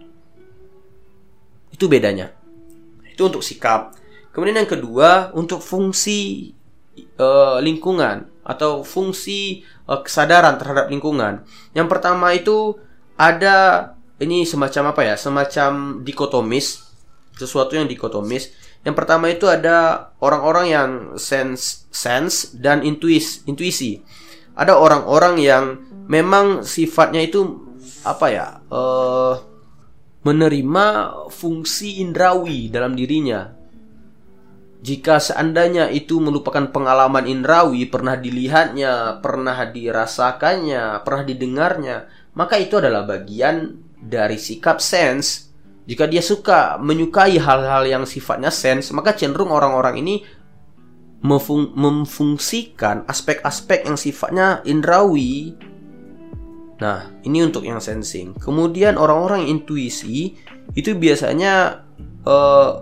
Itu bedanya. Itu untuk sikap. Kemudian yang kedua, untuk fungsi uh, lingkungan atau fungsi uh, kesadaran terhadap lingkungan. Yang pertama itu ada, ini semacam apa ya? Semacam dikotomis, sesuatu yang dikotomis. Yang pertama itu ada orang-orang yang sense, sense dan intuis, intuisi. Ada orang-orang yang memang sifatnya itu apa ya? Uh, menerima fungsi indrawi dalam dirinya. Jika seandainya itu merupakan pengalaman indrawi, pernah dilihatnya, pernah dirasakannya, pernah didengarnya, maka itu adalah bagian dari sikap sense. Jika dia suka menyukai hal-hal yang sifatnya sense, maka cenderung orang-orang ini memfung- memfungsikan aspek-aspek yang sifatnya indrawi. Nah, ini untuk yang sensing. Kemudian orang-orang yang intuisi itu biasanya uh,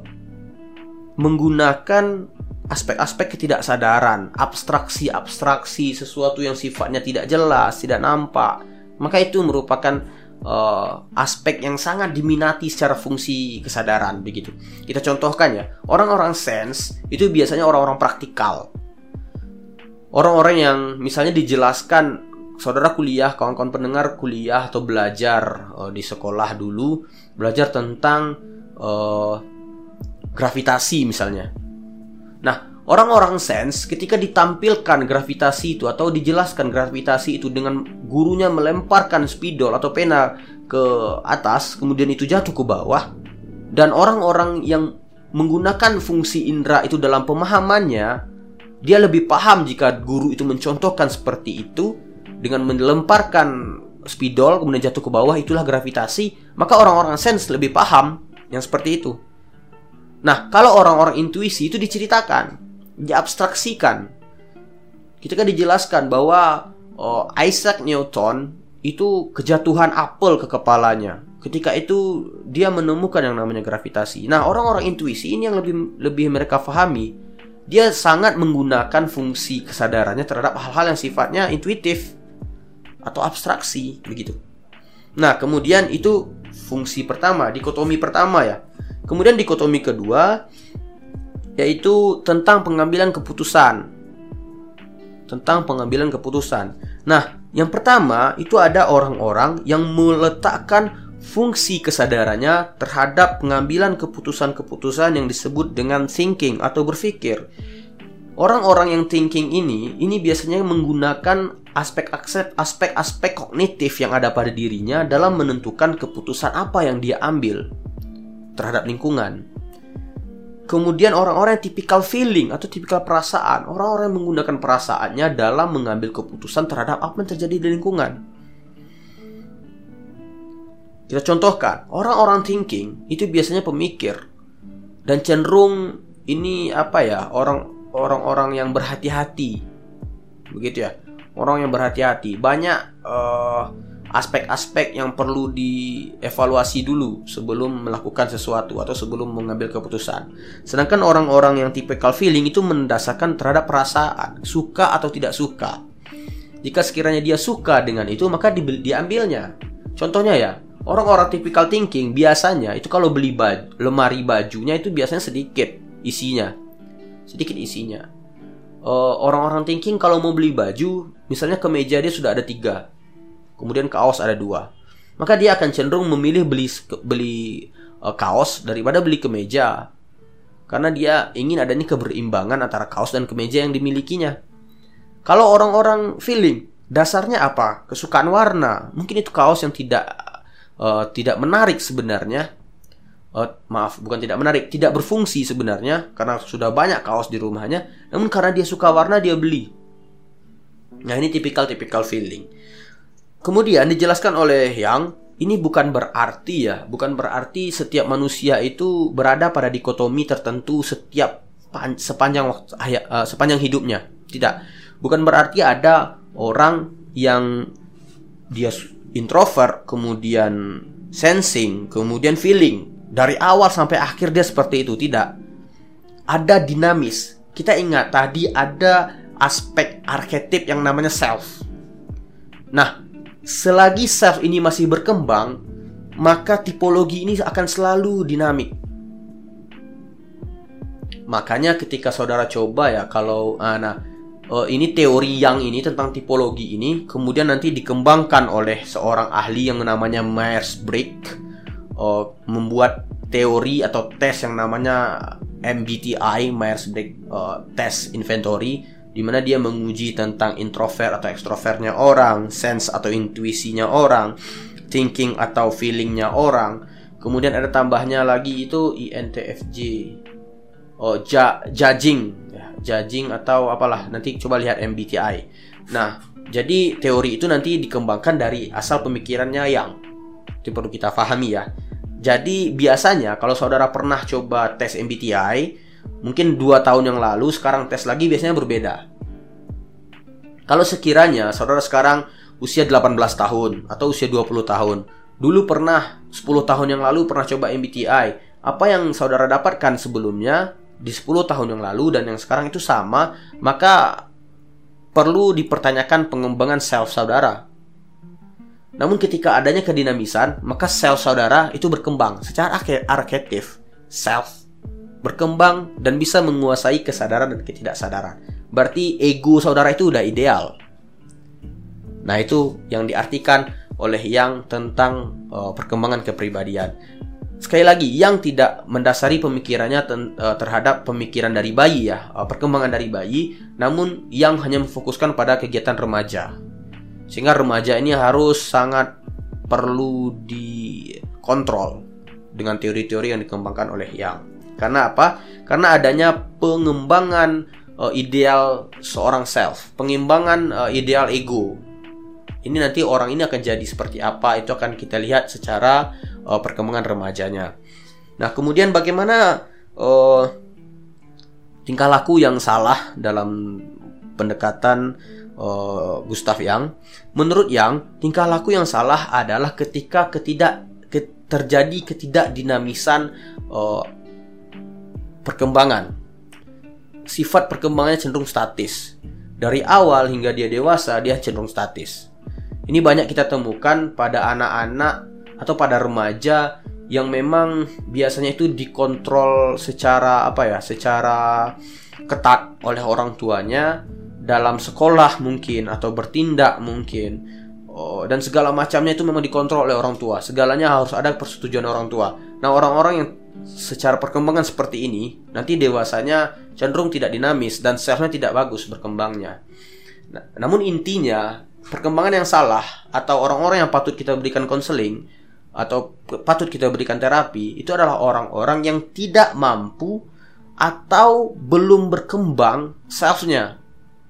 menggunakan aspek-aspek ketidaksadaran, abstraksi-abstraksi, sesuatu yang sifatnya tidak jelas, tidak nampak. Maka itu merupakan uh, aspek yang sangat diminati secara fungsi kesadaran, begitu. Kita contohkan ya, orang-orang sense itu biasanya orang-orang praktikal. Orang-orang yang misalnya dijelaskan, saudara kuliah, kawan-kawan pendengar kuliah atau belajar uh, di sekolah dulu, belajar tentang uh, gravitasi misalnya. Nah, orang-orang sense ketika ditampilkan gravitasi itu atau dijelaskan gravitasi itu dengan gurunya melemparkan spidol atau pena ke atas, kemudian itu jatuh ke bawah, dan orang-orang yang menggunakan fungsi indera itu dalam pemahamannya, dia lebih paham jika guru itu mencontohkan seperti itu dengan melemparkan spidol kemudian jatuh ke bawah, itulah gravitasi, maka orang-orang sense lebih paham yang seperti itu. Nah, kalau orang-orang intuisi itu diceritakan, diabstraksikan. Ketika dijelaskan bahwa oh, Isaac Newton itu kejatuhan apel ke kepalanya. Ketika itu dia menemukan yang namanya gravitasi. Nah, orang-orang intuisi ini yang lebih lebih mereka pahami. Dia sangat menggunakan fungsi kesadarannya terhadap hal-hal yang sifatnya intuitif atau abstraksi, begitu. Nah, kemudian itu fungsi pertama, dikotomi pertama ya. Kemudian dikotomi kedua yaitu tentang pengambilan keputusan. Tentang pengambilan keputusan. Nah, yang pertama itu ada orang-orang yang meletakkan fungsi kesadarannya terhadap pengambilan keputusan-keputusan yang disebut dengan thinking atau berpikir. Orang-orang yang thinking ini ini biasanya menggunakan aspek-aspek aspek-aspek kognitif yang ada pada dirinya dalam menentukan keputusan apa yang dia ambil terhadap lingkungan. Kemudian orang-orang yang tipikal feeling atau tipikal perasaan, orang-orang yang menggunakan perasaannya dalam mengambil keputusan terhadap apa yang terjadi di lingkungan. Kita contohkan, orang-orang thinking itu biasanya pemikir dan cenderung ini apa ya, orang orang-orang yang berhati-hati, begitu ya, orang yang berhati-hati. Banyak uh, aspek-aspek yang perlu dievaluasi dulu sebelum melakukan sesuatu atau sebelum mengambil keputusan. Sedangkan orang-orang yang tipikal feeling itu mendasarkan terhadap perasaan, suka atau tidak suka. Jika sekiranya dia suka dengan itu, maka di- diambilnya. Contohnya ya, orang-orang tipikal thinking biasanya itu kalau beli baju, lemari bajunya itu biasanya sedikit isinya. Sedikit isinya. Uh, orang-orang thinking kalau mau beli baju, misalnya kemeja dia sudah ada tiga, kemudian kaos ada dua, maka dia akan cenderung memilih beli beli uh, kaos daripada beli kemeja, karena dia ingin adanya keberimbangan antara kaos dan kemeja yang dimilikinya. Kalau orang-orang feeling, dasarnya apa? Kesukaan warna. Mungkin itu kaos yang tidak uh, tidak menarik sebenarnya. Uh, maaf, bukan tidak menarik, tidak berfungsi sebenarnya, karena sudah banyak kaos di rumahnya. Namun karena dia suka warna, dia beli. Nah, ini tipikal-tipikal feeling. Kemudian dijelaskan oleh Yang, ini bukan berarti ya, bukan berarti setiap manusia itu berada pada dikotomi tertentu setiap pan, sepanjang waktu, uh, sepanjang hidupnya. Tidak. Bukan berarti ada orang yang dia introvert, kemudian sensing, kemudian feeling. Dari awal sampai akhir dia seperti itu, tidak. Ada dinamis. Kita ingat tadi ada aspek arketip yang namanya self. Nah, selagi self ini masih berkembang, maka tipologi ini akan selalu dinamik. Makanya ketika saudara coba ya, kalau uh, nah uh, ini teori yang ini tentang tipologi ini kemudian nanti dikembangkan oleh seorang ahli yang namanya Myers-Briggs, uh, membuat teori atau tes yang namanya M B T I, Myers-Briggs uh, Test Inventory, di mana dia menguji tentang introvert atau ekstrovertnya orang, sense atau intuisinya orang, thinking atau feelingnya orang. Kemudian ada tambahnya lagi itu I N T F J, oh, ja, judging, ya, judging atau apalah, nanti coba lihat M B T I. Nah, jadi teori itu nanti dikembangkan dari asal pemikirannya yang itu perlu kita pahami ya. Jadi biasanya kalau saudara pernah coba tes M B T I, mungkin dua tahun yang lalu, sekarang tes lagi biasanya berbeda. Kalau sekiranya saudara sekarang usia delapan belas tahun atau usia dua puluh tahun, dulu pernah sepuluh tahun yang lalu pernah coba M B T I, apa yang saudara dapatkan sebelumnya di sepuluh tahun yang lalu dan yang sekarang itu sama, maka perlu dipertanyakan pengembangan self saudara. Namun ketika adanya kedinamisan, maka self saudara itu berkembang secara arketip. Self berkembang dan bisa menguasai kesadaran dan ketidaksadaran. Berarti ego saudara itu udah ideal. Nah, itu yang diartikan oleh yang tentang uh, perkembangan kepribadian. Sekali lagi, yang tidak mendasari pemikirannya ten, uh, terhadap pemikiran dari bayi ya, uh, perkembangan dari bayi, namun yang hanya memfokuskan pada kegiatan remaja. Sehingga remaja ini harus sangat perlu dikontrol dengan teori-teori yang dikembangkan oleh Yang. Karena apa? Karena adanya pengembangan uh, ideal seorang self, pengembangan uh, ideal ego. Ini nanti orang ini akan jadi seperti apa, itu akan kita lihat secara uh, perkembangan remajanya. Nah, kemudian bagaimana uh, tingkah laku yang salah dalam pendekatan uh, Gustav Jung? Menurut Jung, tingkah laku yang salah adalah ketika ketidak ke, terjadi ketidakdinamisan uh, perkembangan. Sifat perkembangannya cenderung statis. Dari awal hingga dia dewasa, dia cenderung statis. Ini banyak kita temukan pada anak-anak atau pada remaja yang memang biasanya itu dikontrol secara apa ya, secara ketat oleh orang tuanya dalam sekolah mungkin atau bertindak mungkin, oh, dan segala macamnya itu memang dikontrol oleh orang tua. Segalanya harus ada persetujuan orang tua. Nah, orang-orang yang secara perkembangan seperti ini nanti dewasanya cenderung tidak dinamis dan selfnya tidak bagus berkembangnya. Nah, namun intinya perkembangan yang salah atau orang-orang yang patut kita berikan konseling atau patut kita berikan terapi itu adalah orang-orang yang tidak mampu atau belum berkembang self-nya.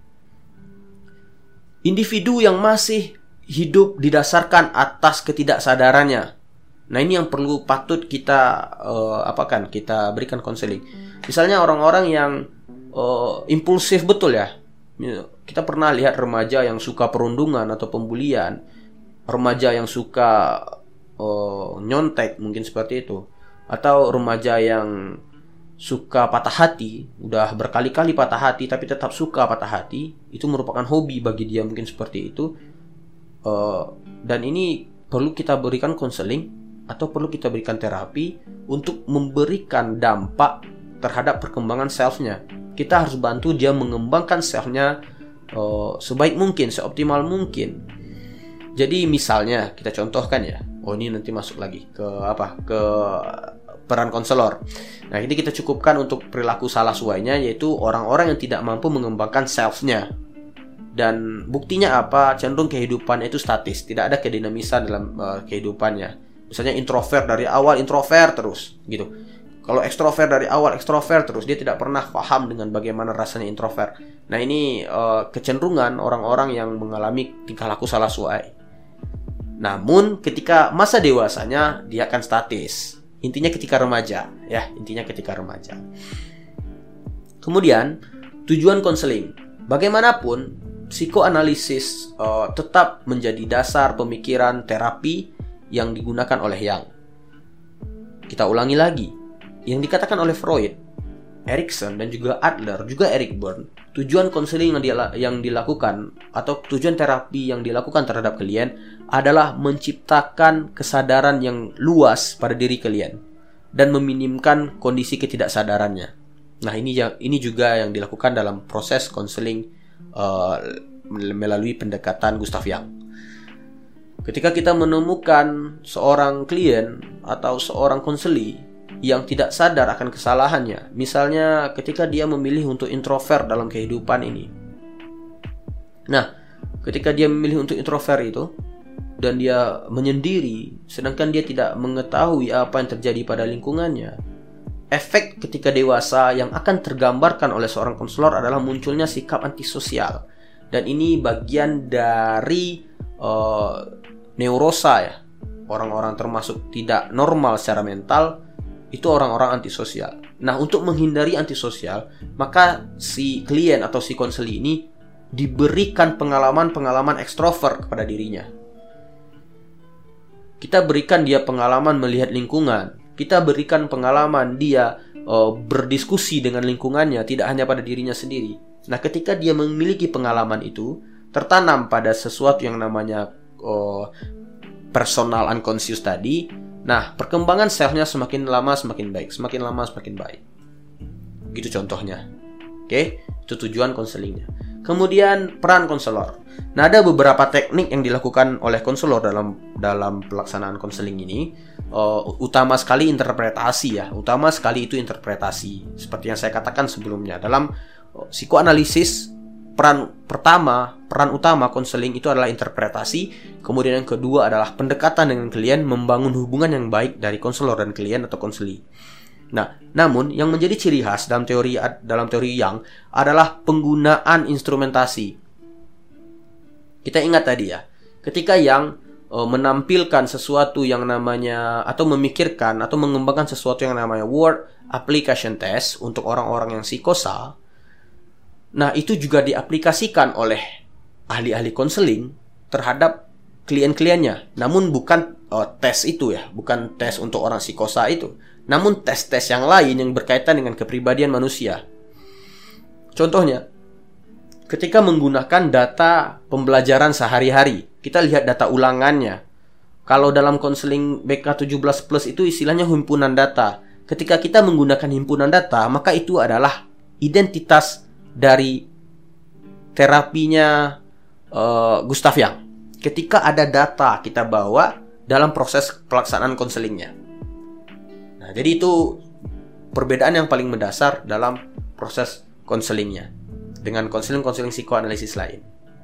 Individu yang masih hidup didasarkan atas ketidaksadarannya. Nah, ini yang perlu patut kita uh, apakan kita berikan konseling. Misalnya orang-orang yang uh, impulsif betul ya. Kita pernah lihat remaja yang suka perundungan atau pembulian, remaja yang suka uh, nyontek mungkin seperti itu, atau remaja yang suka patah hati, udah berkali-kali patah hati tapi tetap suka patah hati, itu merupakan hobi bagi dia mungkin seperti itu. Uh, dan ini perlu kita berikan konseling atau perlu kita berikan terapi untuk memberikan dampak terhadap perkembangan self-nya. Kita harus bantu dia mengembangkan self-nya uh, sebaik mungkin, seoptimal mungkin. Jadi misalnya kita contohkan ya. Oh, ini nanti masuk lagi ke apa? Ke peran konselor. Nah, ini kita cukupkan untuk perilaku salah suainya, yaitu orang-orang yang tidak mampu mengembangkan self-nya. Dan buktinya apa? Cenderung kehidupannya itu statis, tidak ada kedinamisan dalam uh, kehidupannya. Misalnya introvert dari awal introvert terus gitu. Kalau ekstrovert dari awal ekstrovert terus, dia tidak pernah paham dengan bagaimana rasanya introvert. Nah, ini uh, kecenderungan orang-orang yang mengalami tingkah laku salah suai. Namun ketika masa dewasanya dia akan statis. Intinya ketika remaja, ya, intinya ketika remaja. Kemudian tujuan konseling. Bagaimanapun psikoanalisis uh, tetap menjadi dasar pemikiran terapi yang digunakan oleh Jung. Kita ulangi lagi, yang dikatakan oleh Freud, Erikson, dan juga Adler, juga Eric Berne, tujuan konseling yang, yang dilakukan atau tujuan terapi yang dilakukan terhadap klien adalah menciptakan kesadaran yang luas pada diri klien dan meminimkan kondisi ketidaksadarannya. Nah, ini ini juga yang dilakukan dalam proses konseling uh, melalui pendekatan Gustav Jung. Ketika kita menemukan seorang klien atau seorang konseli yang tidak sadar akan kesalahannya, misalnya ketika dia memilih untuk introvert dalam kehidupan ini. Nah, ketika dia memilih untuk introvert itu dan dia menyendiri, sedangkan dia tidak mengetahui apa yang terjadi pada lingkungannya, efek ketika dewasa yang akan tergambarkan oleh seorang konselor adalah munculnya sikap antisosial. Dan ini bagian dari uh, neurosa ya. Orang-orang termasuk tidak normal secara mental itu orang-orang antisosial. Nah, untuk menghindari antisosial, maka si klien atau si konseli ini diberikan pengalaman-pengalaman ekstrovert kepada dirinya. Kita berikan dia pengalaman melihat lingkungan. Kita berikan pengalaman dia uh, berdiskusi dengan lingkungannya, tidak hanya pada dirinya sendiri. Nah, ketika dia memiliki pengalaman itu, tertanam pada sesuatu yang namanya uh, personal unconscious tadi. Nah, perkembangan selnya semakin lama semakin baik, semakin lama semakin baik. Gitu contohnya. Oke, itu tujuan konselingnya. Kemudian peran konselor. Nah, ada beberapa teknik yang dilakukan oleh konselor dalam dalam pelaksanaan konseling ini. Uh, utama sekali interpretasi ya, utama sekali itu interpretasi. Seperti yang saya katakan sebelumnya, dalam uh, psikoanalisis peran pertama, peran utama konseling itu adalah interpretasi. Kemudian yang kedua adalah pendekatan dengan klien, membangun hubungan yang baik dari konselor dan klien atau konseli. Nah, namun yang menjadi ciri khas dalam teori dalam teori Jung adalah penggunaan instrumentasi. Kita ingat tadi ya, ketika Jung e, menampilkan sesuatu yang namanya atau memikirkan atau mengembangkan sesuatu yang namanya word application test untuk orang-orang yang psikosa. Nah, itu juga diaplikasikan oleh ahli-ahli konseling terhadap klien-kliennya. Namun bukan oh, tes itu ya, bukan tes untuk orang psikosa itu. Namun tes-tes yang lain yang berkaitan dengan kepribadian manusia. Contohnya, ketika menggunakan data pembelajaran sehari-hari, kita lihat data ulangannya. Kalau dalam konseling B K tujuh belas plus itu istilahnya himpunan data. Ketika kita menggunakan himpunan data, maka itu adalah identitas dari terapinya uh, Gustav Jung. Ketika ada data kita bawa dalam proses pelaksanaan konselingnya. Nah, jadi itu perbedaan yang paling mendasar dalam proses konselingnya dengan konseling-konseling psikoanalisis lain.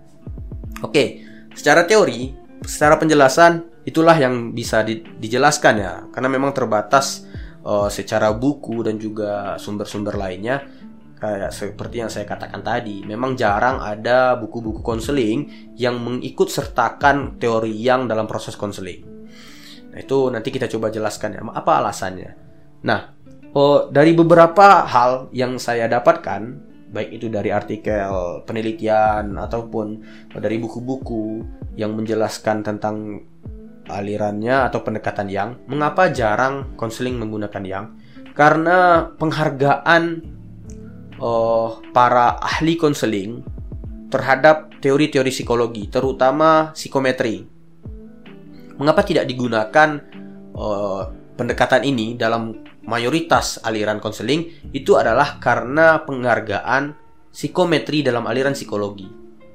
Oke, secara teori, secara penjelasan itulah yang bisa di, dijelaskan ya, karena memang terbatas uh, secara buku dan juga sumber-sumber lainnya. Kayak seperti yang saya katakan tadi, memang jarang ada buku-buku konseling yang mengikut sertakan teori Jung dalam proses konseling. Nah, itu nanti kita coba jelaskan ya, apa alasannya. Nah, oh, dari beberapa hal yang saya dapatkan, baik itu dari artikel penelitian ataupun dari buku-buku yang menjelaskan tentang alirannya atau pendekatan Jung, mengapa jarang konseling menggunakan Jung? Karena penghargaan Uh, para ahli konseling terhadap teori-teori psikologi, terutama psikometri. Mengapa tidak digunakan uh, pendekatan ini dalam mayoritas aliran konseling? Itu adalah karena penghargaan psikometri dalam aliran psikologi.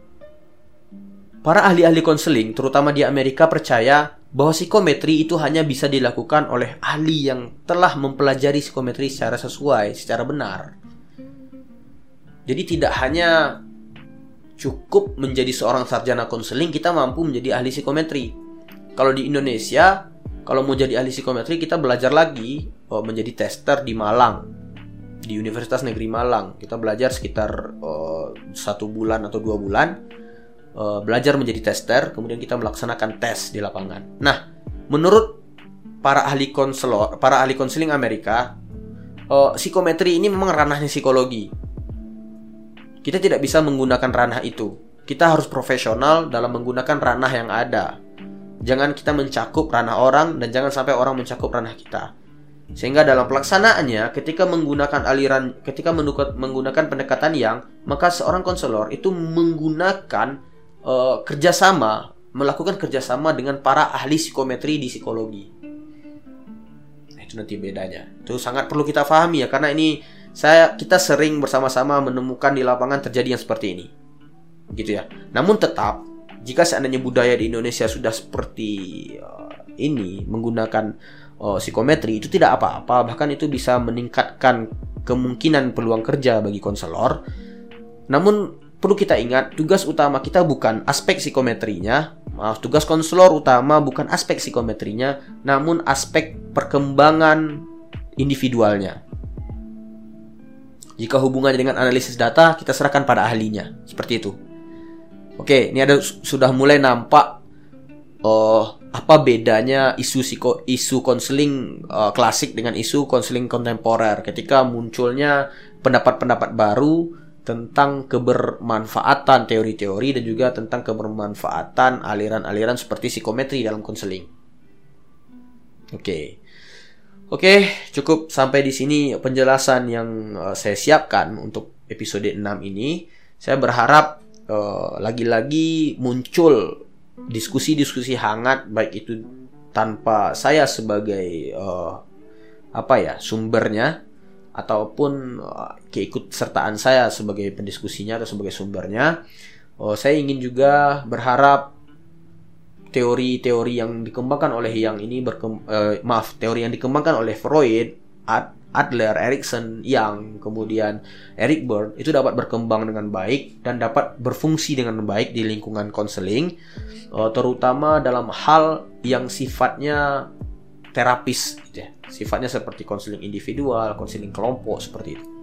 Para ahli-ahli konseling, terutama di Amerika, percaya bahwa psikometri itu hanya bisa dilakukan oleh ahli yang telah mempelajari psikometri secara sesuai, secara benar. Jadi tidak hanya cukup menjadi seorang sarjana konseling, kita mampu menjadi ahli psikometri. Kalau di Indonesia, kalau mau jadi ahli psikometri, kita belajar lagi oh, menjadi tester di Malang, di Universitas Negeri Malang. Kita belajar sekitar oh, satu bulan atau dua bulan, oh, belajar menjadi tester, kemudian kita melaksanakan tes di lapangan. Nah, menurut para ahli konselor, para ahli konseling Amerika, oh, psikometri ini memang ranahnya psikologi. Kita tidak bisa menggunakan ranah itu. Kita harus profesional dalam menggunakan ranah yang ada. Jangan kita mencakup ranah orang dan jangan sampai orang mencakup ranah kita. Sehingga dalam pelaksanaannya, ketika menggunakan aliran, ketika menggunakan pendekatan yang, maka seorang konselor itu menggunakan uh, kerjasama, melakukan kerjasama dengan para ahli psikometri di psikologi. Nah, itu nanti bedanya. Itu sangat perlu kita pahami ya, karena ini saya kita sering bersama-sama menemukan di lapangan terjadi yang seperti ini, gitu ya. Namun tetap, jika seandainya budaya di Indonesia sudah seperti uh, ini, menggunakan uh, psikometri, itu tidak apa-apa. Bahkan itu bisa meningkatkan kemungkinan peluang kerja bagi konselor. Namun perlu kita ingat, tugas utama kita bukan aspek psikometrinya. Maaf, tugas konselor utama bukan aspek psikometrinya, namun aspek perkembangan individualnya. Jika hubungannya dengan analisis data, kita serahkan pada ahlinya. Seperti itu. Oke, ini ada sudah mulai nampak uh, apa bedanya isu psiko, isu konseling uh, klasik dengan isu konseling kontemporer ketika munculnya pendapat-pendapat baru tentang kebermanfaatan teori-teori dan juga tentang kebermanfaatan aliran-aliran seperti psikometri dalam konseling. Oke. Oke, cukup sampai di sini penjelasan yang uh, saya siapkan untuk episode enam ini. Saya berharap uh, lagi-lagi muncul diskusi-diskusi hangat, baik itu tanpa saya sebagai uh, apa ya sumbernya, ataupun uh, keikutsertaan saya sebagai pendiskusinya atau sebagai sumbernya. Uh, saya ingin juga berharap teori-teori yang dikembangkan oleh yang ini berkem, uh, maaf teori yang dikembangkan oleh Freud, Ad, Adler, Erikson, Young, kemudian Eric Berne itu dapat berkembang dengan baik dan dapat berfungsi dengan baik di lingkungan konseling, uh, terutama dalam hal yang sifatnya terapis, gitu ya. Sifatnya seperti konseling individual, konseling kelompok seperti itu.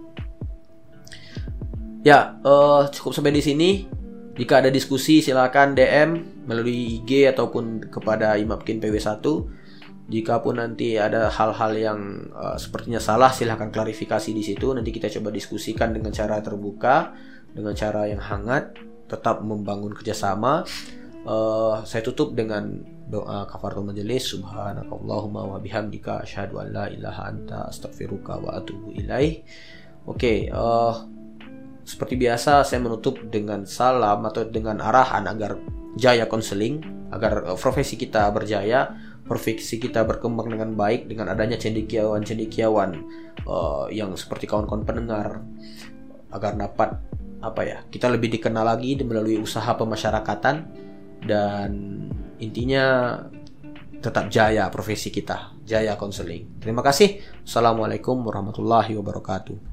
Ya, uh, cukup sampai di sini. Jika ada diskusi silakan D M melalui I G ataupun kepada Imapkin P W satu. Jika pun nanti ada hal-hal yang uh, sepertinya salah, silahkan klarifikasi di situ. Nanti kita coba diskusikan dengan cara terbuka, dengan cara yang hangat, tetap membangun kerjasama. Uh, saya tutup dengan doa kafaratul majelis. Subhanakallahumma wa bihamdika asyhadu an la ilaha anta astaghfiruka wa atubu ilaih. Oke, okay, uh, seperti biasa saya menutup dengan salam atau dengan arahan agar jaya konseling, agar uh, profesi kita berjaya, profesi kita berkembang dengan baik dengan adanya cendekiawan-cendekiawan uh, yang seperti kawan-kawan pendengar, agar dapat apa ya kita lebih dikenal lagi melalui usaha pemasyarakatan, dan intinya tetap jaya profesi kita, jaya konseling. Terima kasih. Assalamualaikum warahmatullahi wabarakatuh.